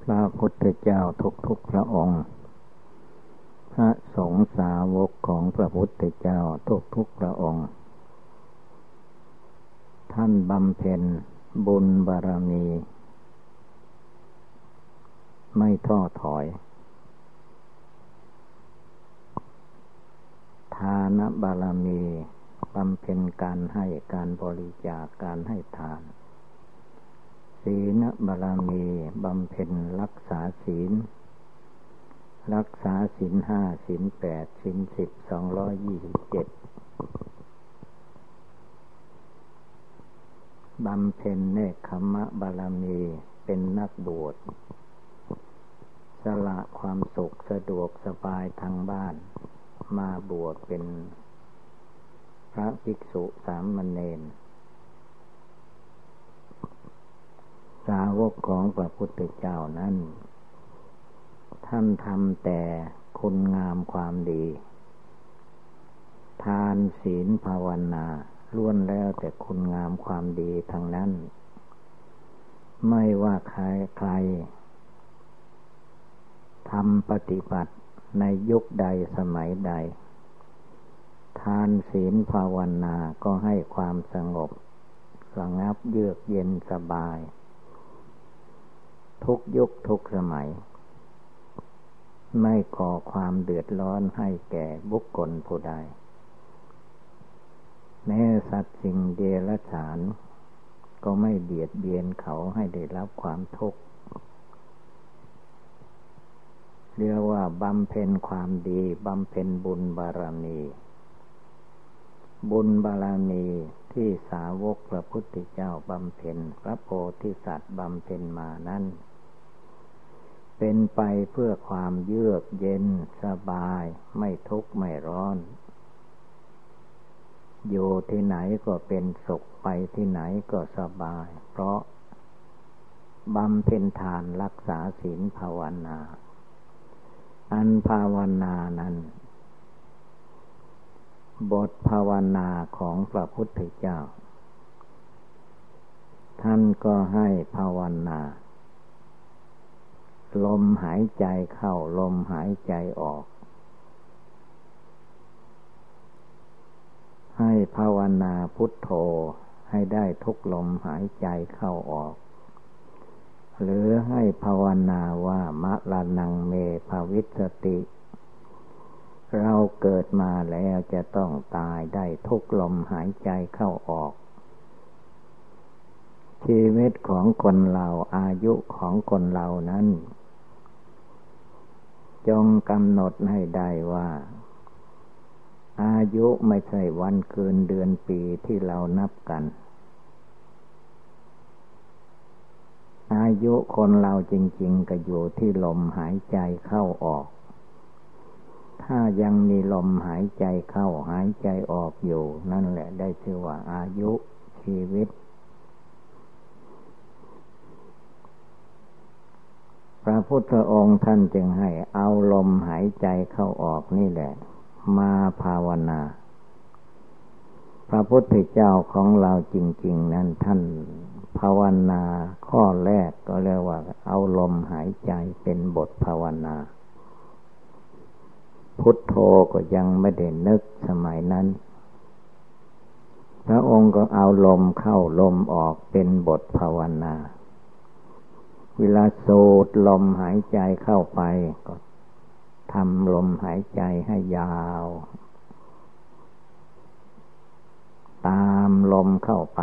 พระพุทธเจ้าทุกๆพระองค์พระสงฆ์สาวกของพระพุทธเจ้าทุกพระองค์ท่านบำเพ็ญบุญบารมีไม่ท้อถอยทานบารมีบำเพ็ญการให้การบริจาคการให้ทานศีลบารมีบำเพ็ญรักษาศีลรักษาศีลห้าศีลแปดศีล10 227บำเพ็ญเนกขัมมะบารมีเป็นนักบวชสละความสุขสะดวกสบายทางบ้านมาบวชเป็นพระภิกษุสามเณรสาวกของพระพุทธเจ้านั้นท่านทำแต่คุณงามความดีทานศีลภาวนาล้วนแล้วแต่คุณงามความดีทั้งนั้นไม่ว่าใครทำปฏิบัติในยุคใดสมัยใดทานศีลภาวนาก็ให้ความสงบระงับเยือกเย็นสบายทุกยุคทุกสมัยไม่ก่อความเดือดร้อนให้แก่บุคคลผู้ใดแม้สัตว์สิ่งเดรัจฉานก็ไม่เบียดเบียนเขาให้ได้รับความทุกข์เรียกว่าบำเพ็ญความดีบำเพ็ญบุญบารมีบุญบารมีที่สาวกพระพุทธเจ้าบำเพ็ญพระโพธิสัตว์บำเพ็ญมานั้นเป็นไปเพื่อความเยือกเย็นสบายไม่ทุกข์ไม่ร้อนอยู่ที่ไหนก็เป็นสุขไปที่ไหนก็สบายเพราะบำเพ็ญทานรักษาศีลภาวนาอันภาวนานั้นบทภาวนาของพระพุทธเจ้าท่านก็ให้ภาวนาลมหายใจเข้าลมหายใจออกให้ภาวนาพุทโธให้ได้ทุกลมหายใจเข้าออกหรือให้ภาวนาว่ามะระนังเมภวิสติเราเกิดมาแล้วจะต้องตายได้ทุกลมหายใจเข้าออกชีวิตของคนเราอายุของคนเรานั้นจงกำหนดให้ได้ว่าอายุไม่ใช่วันคืนเดือนปีที่เรานับกันอายุคนเราจริงๆก็อยู่ที่ลมหายใจเข้าออกถ้ายังมีลมหายใจเข้าหายใจออกอยู่นั่นแหละได้ชื่อว่าอายุชีวิตพระพุทธองค์ท่านจึงให้เอาลมหายใจเข้าออกนี่แหละมาภาวนาพระพุทธเจ้าของเราจริงๆนั้นท่านภาวนาข้อแรกก็เรียกว่าเอาลมหายใจเป็นบทภาวนาพุทโธก็ยังไม่ได้นึกสมัยนั้นพระองค์ก็เอาลมเข้าลมออกเป็นบทภาวนาเวลาสูดลมหายใจเข้าไปก็ทำลมหายใจให้ยาวตามลมเข้าไป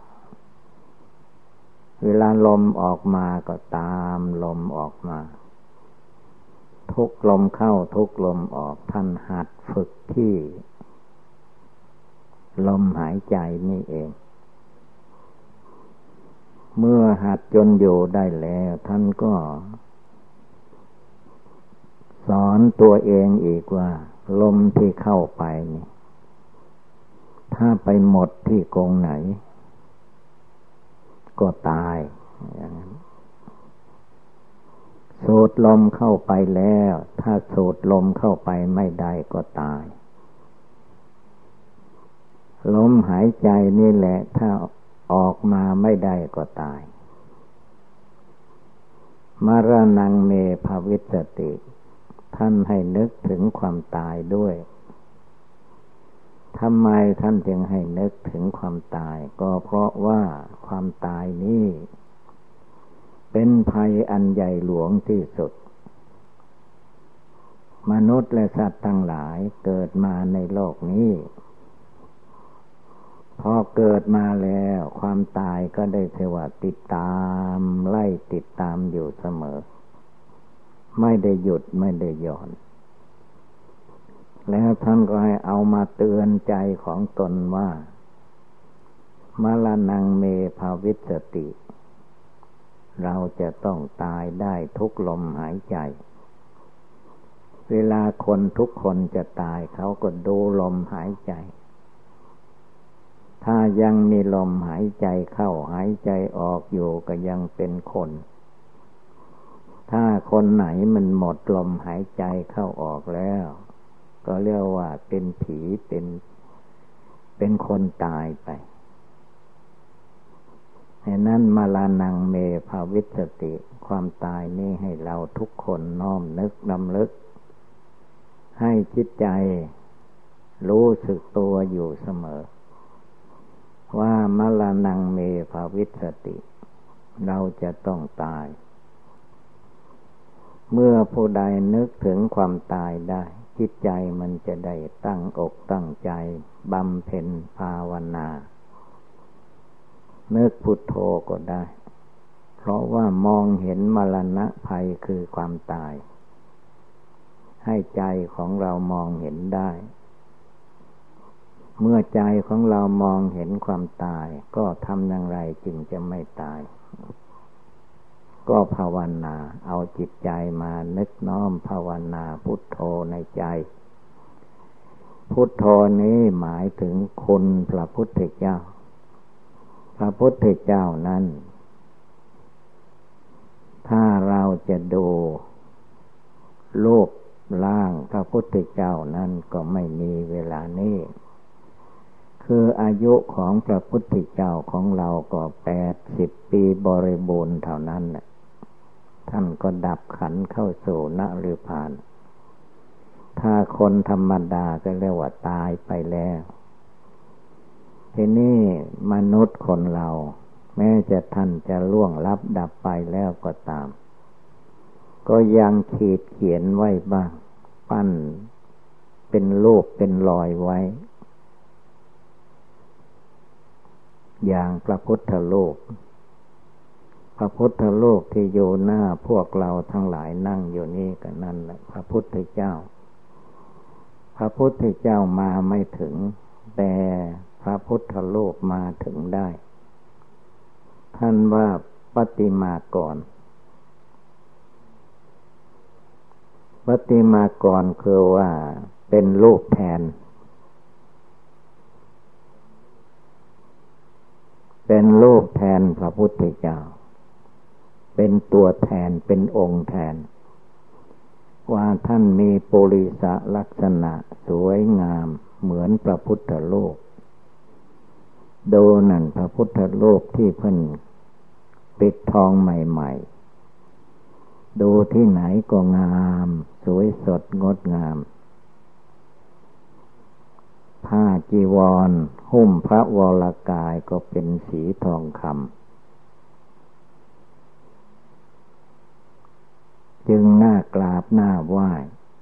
เวลาลมออกมาก็ตามลมออกมาทุกลมเข้าทุกลมออกท่านหัดฝึกที่ลมหายใจนี่เองเมื่อหัดจนอยู่ได้แล้วท่านก็สอนตัวเองอีกว่าลมที่เข้าไปนี่ถ้าไปหมดที่กรงไหนก็ตายอย่างนั้นสูดลมเข้าไปแล้วถ้าสูดลมเข้าไปไม่ได้ก็ตายลมหายใจนี่แหละถ้าออกมาไม่ได้ก็ตายมรณังเมภวิสติ ท่านให้นึกถึงความตายด้วยทำไมท่านจึงให้นึกถึงความตายก็เพราะว่าความตายนี้เป็นภัยอันใหญ่หลวงที่สุดมนุษย์และสัตว์ทั้งหลายเกิดมาในโลกนี้พอเกิดมาแล้วความตายก็ได้เทว่าติดตามไล่ติดตามอยู่เสมอไม่ได้หยุดไม่ได้หย่อนแล้วท่านก็ให้เอามาเตือนใจของตนว่ามรณังเมภวิสติ เราจะต้องตายได้ทุกลมหายใจเวลาคนทุกคนจะตายเขาก็ดูลมหายใจถ้ายังมีลมหายใจเข้าหายใจออกอยู่ก็ยังเป็นคนถ้าคนไหนมันหมดลมหายใจเข้าออกแล้วก็เรียกว่าเป็นผีเป็นคนตายไปฉะนั้นมรณังเมภวิสติความตายนี้ให้เราทุกคนน้อมนึกรำลึกให้จิตใจรู้สึกตัวอยู่เสมอว่ามรณังเมภวิสติเราจะต้องตายเมื่อผู้ใดนึกถึงความตายได้จิตใจมันจะได้ตั้งอกตั้งใจบำเพ็ญภาวนานึกพุทโธก็ได้เพราะว่ามองเห็นมรณะภัยคือความตายให้ใจของเรามองเห็นได้เมื่อใจของเรามองเห็นความตายก็ทำอย่างไรจึงจะไม่ตายก็ภาวนาเอาจิตใจมานึกน้อมภาวนาพุทโธในใจพุทโธนี้หมายถึงคุณพระพุทธเจ้าพระพุทธเจ้านั้นถ้าเราจะดูรูปร่างพระพุทธเจ้านั้นก็ไม่มีเวลานี้คืออายุของพระพุทธเจ้าของเราก็80 ปีบริบูรณ์เท่านั้นแหละท่านก็ดับขันธ์เข้าสู่นฤพานถ้าคนธรรมดาก็เรียกว่าตายไปแล้วทีนี้มนุษย์คนเราแม้จะท่านจะล่วงลับดับไปแล้วก็ตามก็ยังขีดเขียนไว้บ้างปั้นเป็นรูปเป็นรอยไว้อย่างพระพุทธรูปพระพุทธรูปที่อยู่หน้าพวกเราทั้งหลายนั่งอยู่นี่ก็นั่นแหละพระพุทธเจ้าพระพุทธเจ้ามาไม่ถึงแต่พระพุทธรูปมาถึงได้ท่านว่าปฏิมากรปฏิมากรคือว่าเป็นรูปแทนเป็นรูปแทนพระพุทธเจ้าเป็นตัวแทนเป็นองค์แทนว่าท่านมีปุริสลักษณะสวยงามเหมือนพระพุทธรูปดูนั่นพระพุทธรูปที่เพิ่นปิดทองใหม่ๆดูที่ไหนก็งามสวยสดงดงามผ้าจีวรหุ้มพระวรกายก็เป็นสีทองคำจึงน่ากราบน่าไหว้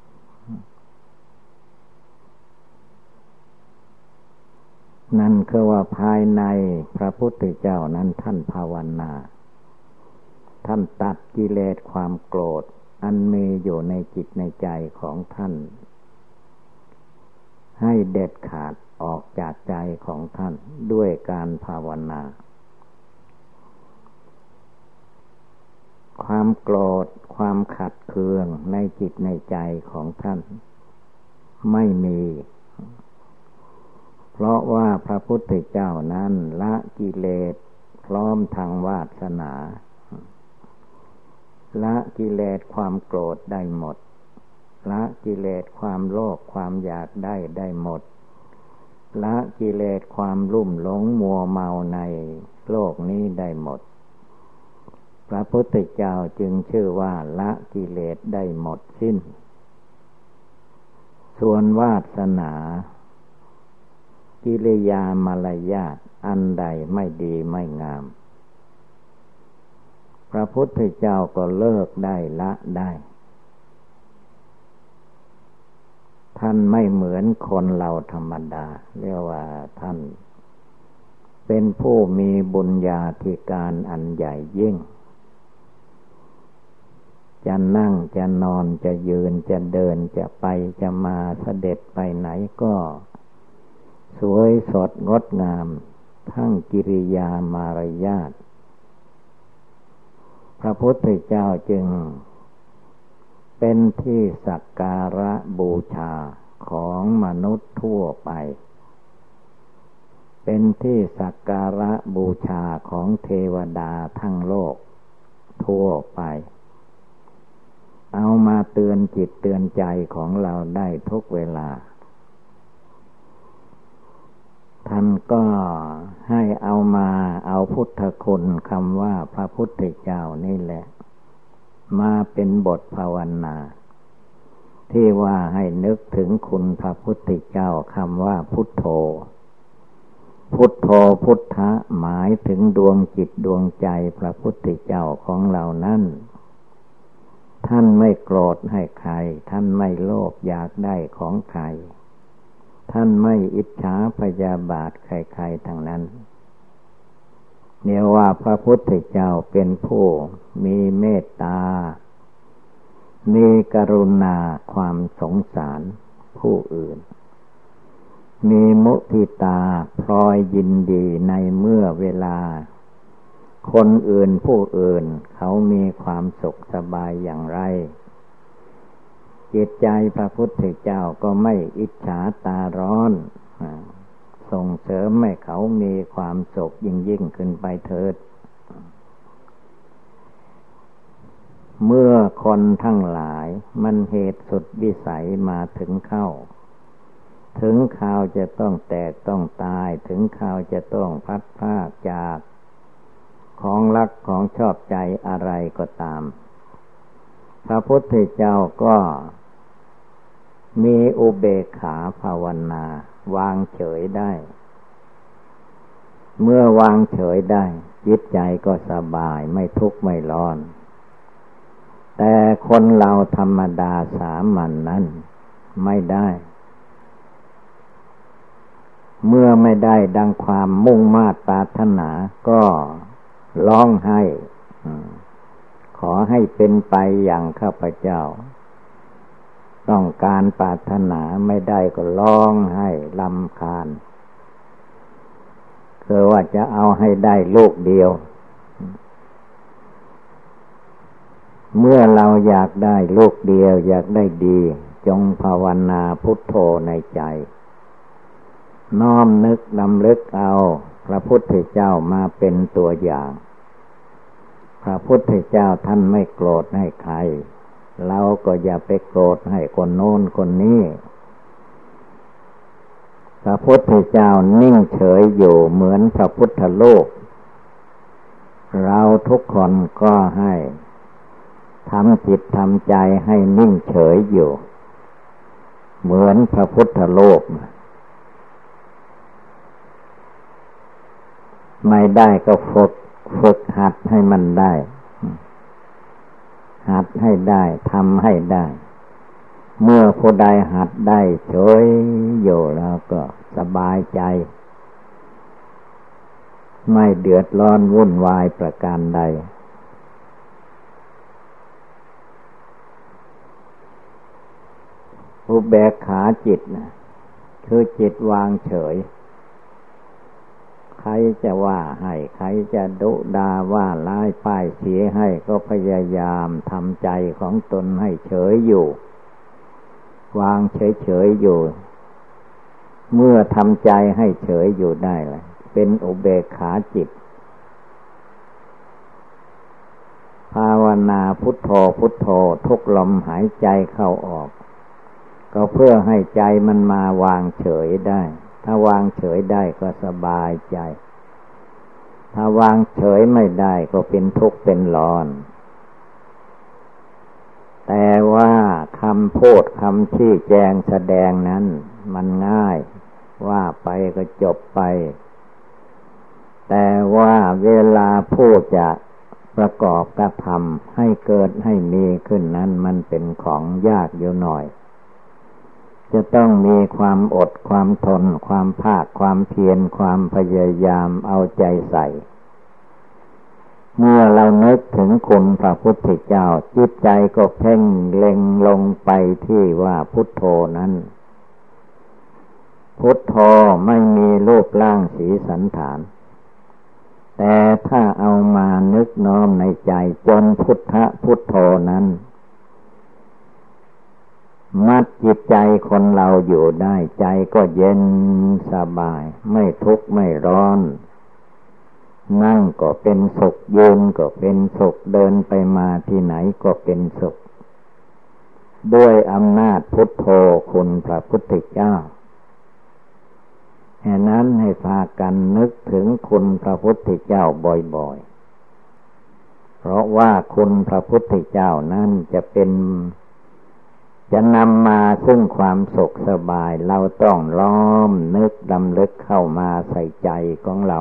นั่นคือว่าภายในพระพุทธเจ้านั้นท่านภาวนาท่านตัดกิเลสความโกรธอันมีอยู่ในจิตในใจของท่านให้เด็ดขาดออกจากใจของท่านด้วยการภาวนาความโกรธความขัดเคืองในจิตในใจของท่านไม่มีเพราะว่าพระพุทธเจ้านั้นละกิเลสพร้อมทางวาสนาละกิเลสความโกรธได้หมดละกิเลสความโลภความอยากได้หมดละกิเลสความลุ่มหลงมัวเมาในโลกนี้ได้หมดพระพุทธเจ้าจึงชื่อว่าละกิเลสได้หมดสิ้นส่วนวาสนากิริยามารยาทอันใดไม่ดีไม่งามพระพุทธเจ้าก็เลิกได้ละได้ท่านไม่เหมือนคนเราธรรมดาเรียกว่าท่านเป็นผู้มีบุญญาธิการอันใหญ่ยิ่งจะนั่งจะนอนจะยืนจะเดินจะไปจะมาเสด็จไปไหนก็สวยสดงดงามทั้งกิริยามารยาทพระพุทธเจ้าจึงเป็นที่สักการะบูชาของมนุษย์ทั่วไปเป็นที่สักการะบูชาของเทวดาทั้งโลกทั่วไปเอามาเตือนจิตเตือนใจของเราได้ทุกเวลาท่านก็ให้เอาพุทธคุณคำว่าพระพุทธเจ้านี่แหละมาเป็นบทภาวนาที่ว่าให้นึกถึงคุณพระพุทธเจ้าคำว่าพุทโธพุทโธพุทธะหมายถึงดวงจิตดวงใจพระพุทธเจ้าของเรานั้นท่านไม่โกรธให้ใครท่านไม่โลภอยากได้ของใครท่านไม่อิจฉาพยาบาทใครๆทั้งนั้นเนี่ยว่าพระพุทธเจ้าเป็นผู้มีเมตตามีกรุณาความสงสารผู้อื่นมีมุทิตาพลอยยินดีในเมื่อเวลาคนอื่นผู้อื่นเขามีความสุขสบายอย่างไรจิตใจพระพุทธเจ้าก็ไม่อิจฉาตาร้อนส่งเสริมให้เขามีความสุขยิ่งขึ้นไปเถิดเมื่อคนทั้งหลายมันเหตุสุดวิสัยมาถึงเข้าถึงข่าวจะต้องแตกต้องตายถึงข่าวจะต้องพัดพรากจากของรักของชอบใจอะไรก็ตามพระพุทธเจ้าก็มีอุเบกขาภาวนาวางเฉยได้เมื่อวางเฉยได้จิตใจก็สบายไม่ทุกข์ไม่ร้อนแต่คนเราธรรมดาสามัญ นั้นไม่ได้เมื่อไม่ได้ดังความมุ่งมา่ปรารถนาก็ร้องไห้ขอให้เป็นไปอย่างข้าพเจ้าต้องการปรารถนาไม่ได้ก็ร้องไห้รำคาญคือว่าจะเอาให้ได้ลูกเดียวเมื่อเราอยากได้ลูกเดียวอยากได้ดีจงภาวนาพุทโธในใจน้อมนึกนำลึกเอาพระพุทธเจ้ามาเป็นตัวอย่างพระพุทธเจ้าท่านไม่โกรธให้ใครเราก็อย่าไปโกรธให้คนโน้นคนนี้พระพุทธเจ้านิ่งเฉยอยู่เหมือนพระพุทธโลกเราทุกคนก็ให้ทำจิตทำใจให้นิ่งเฉยอยู่เหมือนพระพุทธโลกไม่ได้ก็ฝึกหัดให้มันได้หัดให้ได้ทำให้ได้เมื่อผู้ใดหัดได้เฉยอยู่แล้วก็สบายใจไม่เดือดร้อนวุ่นวายประการใดอุเบกขาจิตคือจิตวางเฉยใครจะว่าให้ใครจะดุด่าว่าร้ายป้ายเสียให้ก็พยายามทำใจของตนให้เฉยอยู่วางเฉยอยู่เมื่อทำใจให้เฉยอยู่ได้แล้วเป็นอุเบกขาจิตภาวนาพุทโธพุทโธทุกลมหายใจเข้าออกก็เพื่อให้ใจมันมาวางเฉยได้ถ้าวางเฉยได้ก็สบายใจถ้าวางเฉยไม่ได้ก็เป็นทุกข์เป็นร้อนแต่ว่าคำพูดคำชี้แจงแสดงนั้นมันง่ายว่าไปก็จบไปแต่ว่าเวลาพูดจะประกอบกระทำให้เกิดให้มีขึ้นนั้นมันเป็นของยากอยู่หน่อยจะต้องมีความอดความทนความภาคความเพียรความพยายามเอาใจใส่เมื่อเรานึกถึงคุณพระพุทธเจ้าจิตใจก็เพ่งเล็งลงไปที่ว่าพุทโธนั้นพุทโธไม่มีรูปร่างสีสันฐานแต่ถ้าเอามานึกน้อมในใจจนพุทธะพุทโธนั้นมัดจิตใจคนเราอยู่ได้ใจก็เย็นสบายไม่ทุกข์ไม่ร้อนนั่งก็เป็นสุขยืนก็เป็นสุขเดินไปมาที่ไหนก็เป็นสุขด้วยอำนาจพุทโธคุณพระพุทธเจ้าฉะนั้นให้พากันนึกถึงคุณพระพุทธเจ้าบ่อยๆเพราะว่าคุณพระพุทธเจ้านั้นจะนำมาซึ่งความสุขสบายเราต้องล้อมนึกดำลึกเข้ามาใส่ใจของเรา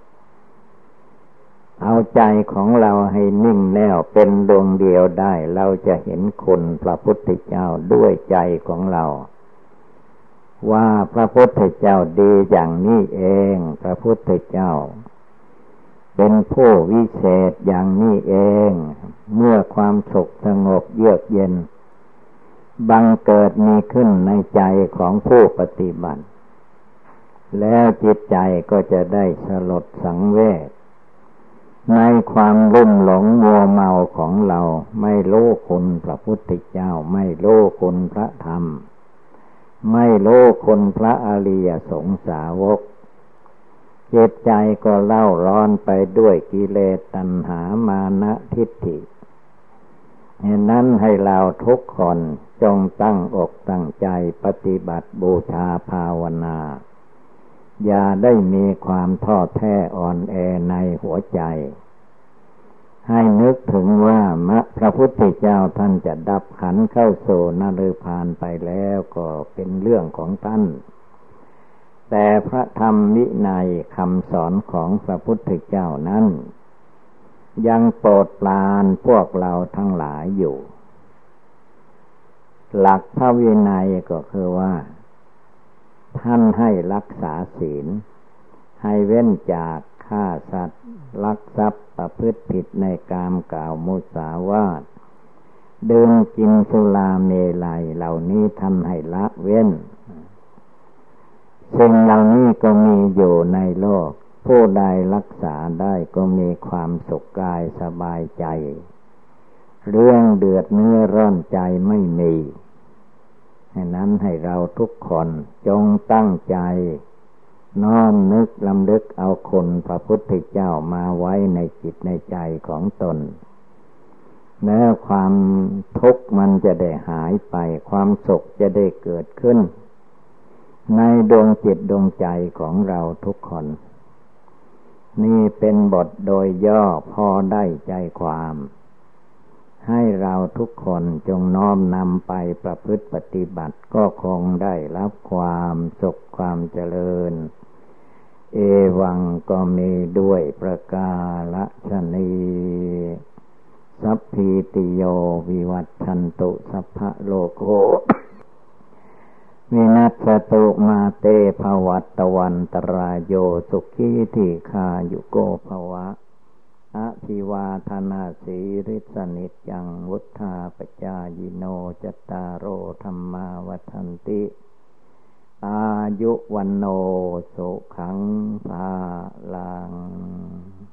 เอาใจของเราให้นิ่งแน่วเป็นดวงเดียวได้เราจะเห็นคุณพระพุทธเจ้าด้วยใจของเราว่าพระพุทธเจ้าดีอย่างนี้เองพระพุทธเจ้าเป็นผู้วิเศษอย่างนี้เองเมื่อความสุขสงบเยือกเย็นบังเกิดมีขึ้นในใจของผู้ปฏิบัติแล้วจิตใจก็จะได้สลดสังเวชในความลุ่มหลงมัวเมาของเราไม่รู้คุณพระพุทธเจ้าไม่รู้คุณพระธรรมไม่รู้คุณพระอริยสงสาวกจิตใจก็เล่าร้อนไปด้วยกิเลสตัณหามานะทิฏฐิฉะนั้นให้เราทุกคนจงตั้งอกตั้งใจปฏิบัติบูชาภาวนาอย่าได้มีความท้อแท้อ่อนแอในหัวใจให้นึกถึงว่าพระพุทธเจ้าท่านจะดับขันธ์เข้าโสนฤพานไปแล้วก็เป็นเรื่องของท่านแต่พระธรรมวินัยคำสอนของพระพุทธเจ้านั้นยังโปรดปรานพวกเราทั้งหลายอยู่หลักพระวินัยก็คือว่าท่านให้รักษาศีลให้เว้นจากฆ่าสัตว์ลักทรัพย์ประพฤติผิดในกามกล่าวมุสาวาทดื่มกินสุราเมลัยเหล่านี้ท่านให้ละเว้นสิ่งเหล่านี้ก็มีอยู่ในโลกผู้ใดรักษาได้ก็มีความสุขกายสบายใจเรื่องเดือดเนื้อร้อนใจไม่มีฉะนั้นให้เราทุกคนจงตั้งใจน้อมนึกลำลึกเอาคุณพระพุทธเจ้ามาไว้ในจิตในใจของตนแล้วความทุกข์มันจะได้หายไปความสุขจะได้เกิดขึ้นในดวงจิตดวงใจของเราทุกคนนี่เป็นบทโดยย่อพอได้ใจความให้เราทุกคนจงน้อมนำไปประพฤติปฏิบัติก็คงได้รับความสุขความเจริญเอวังก็มีด้วยประกาศนีสัพพิติโยวิวัตชันตุสัพพะโลกโควินัสตุมาเตภวัตวันตรายโยสุขีทีฆายุโกภวะอภิวาทนาสีริสนิจจังวุธาปจายโนจตารโอธรรมาวัฏันติอายุวันโนสุขังภาลัง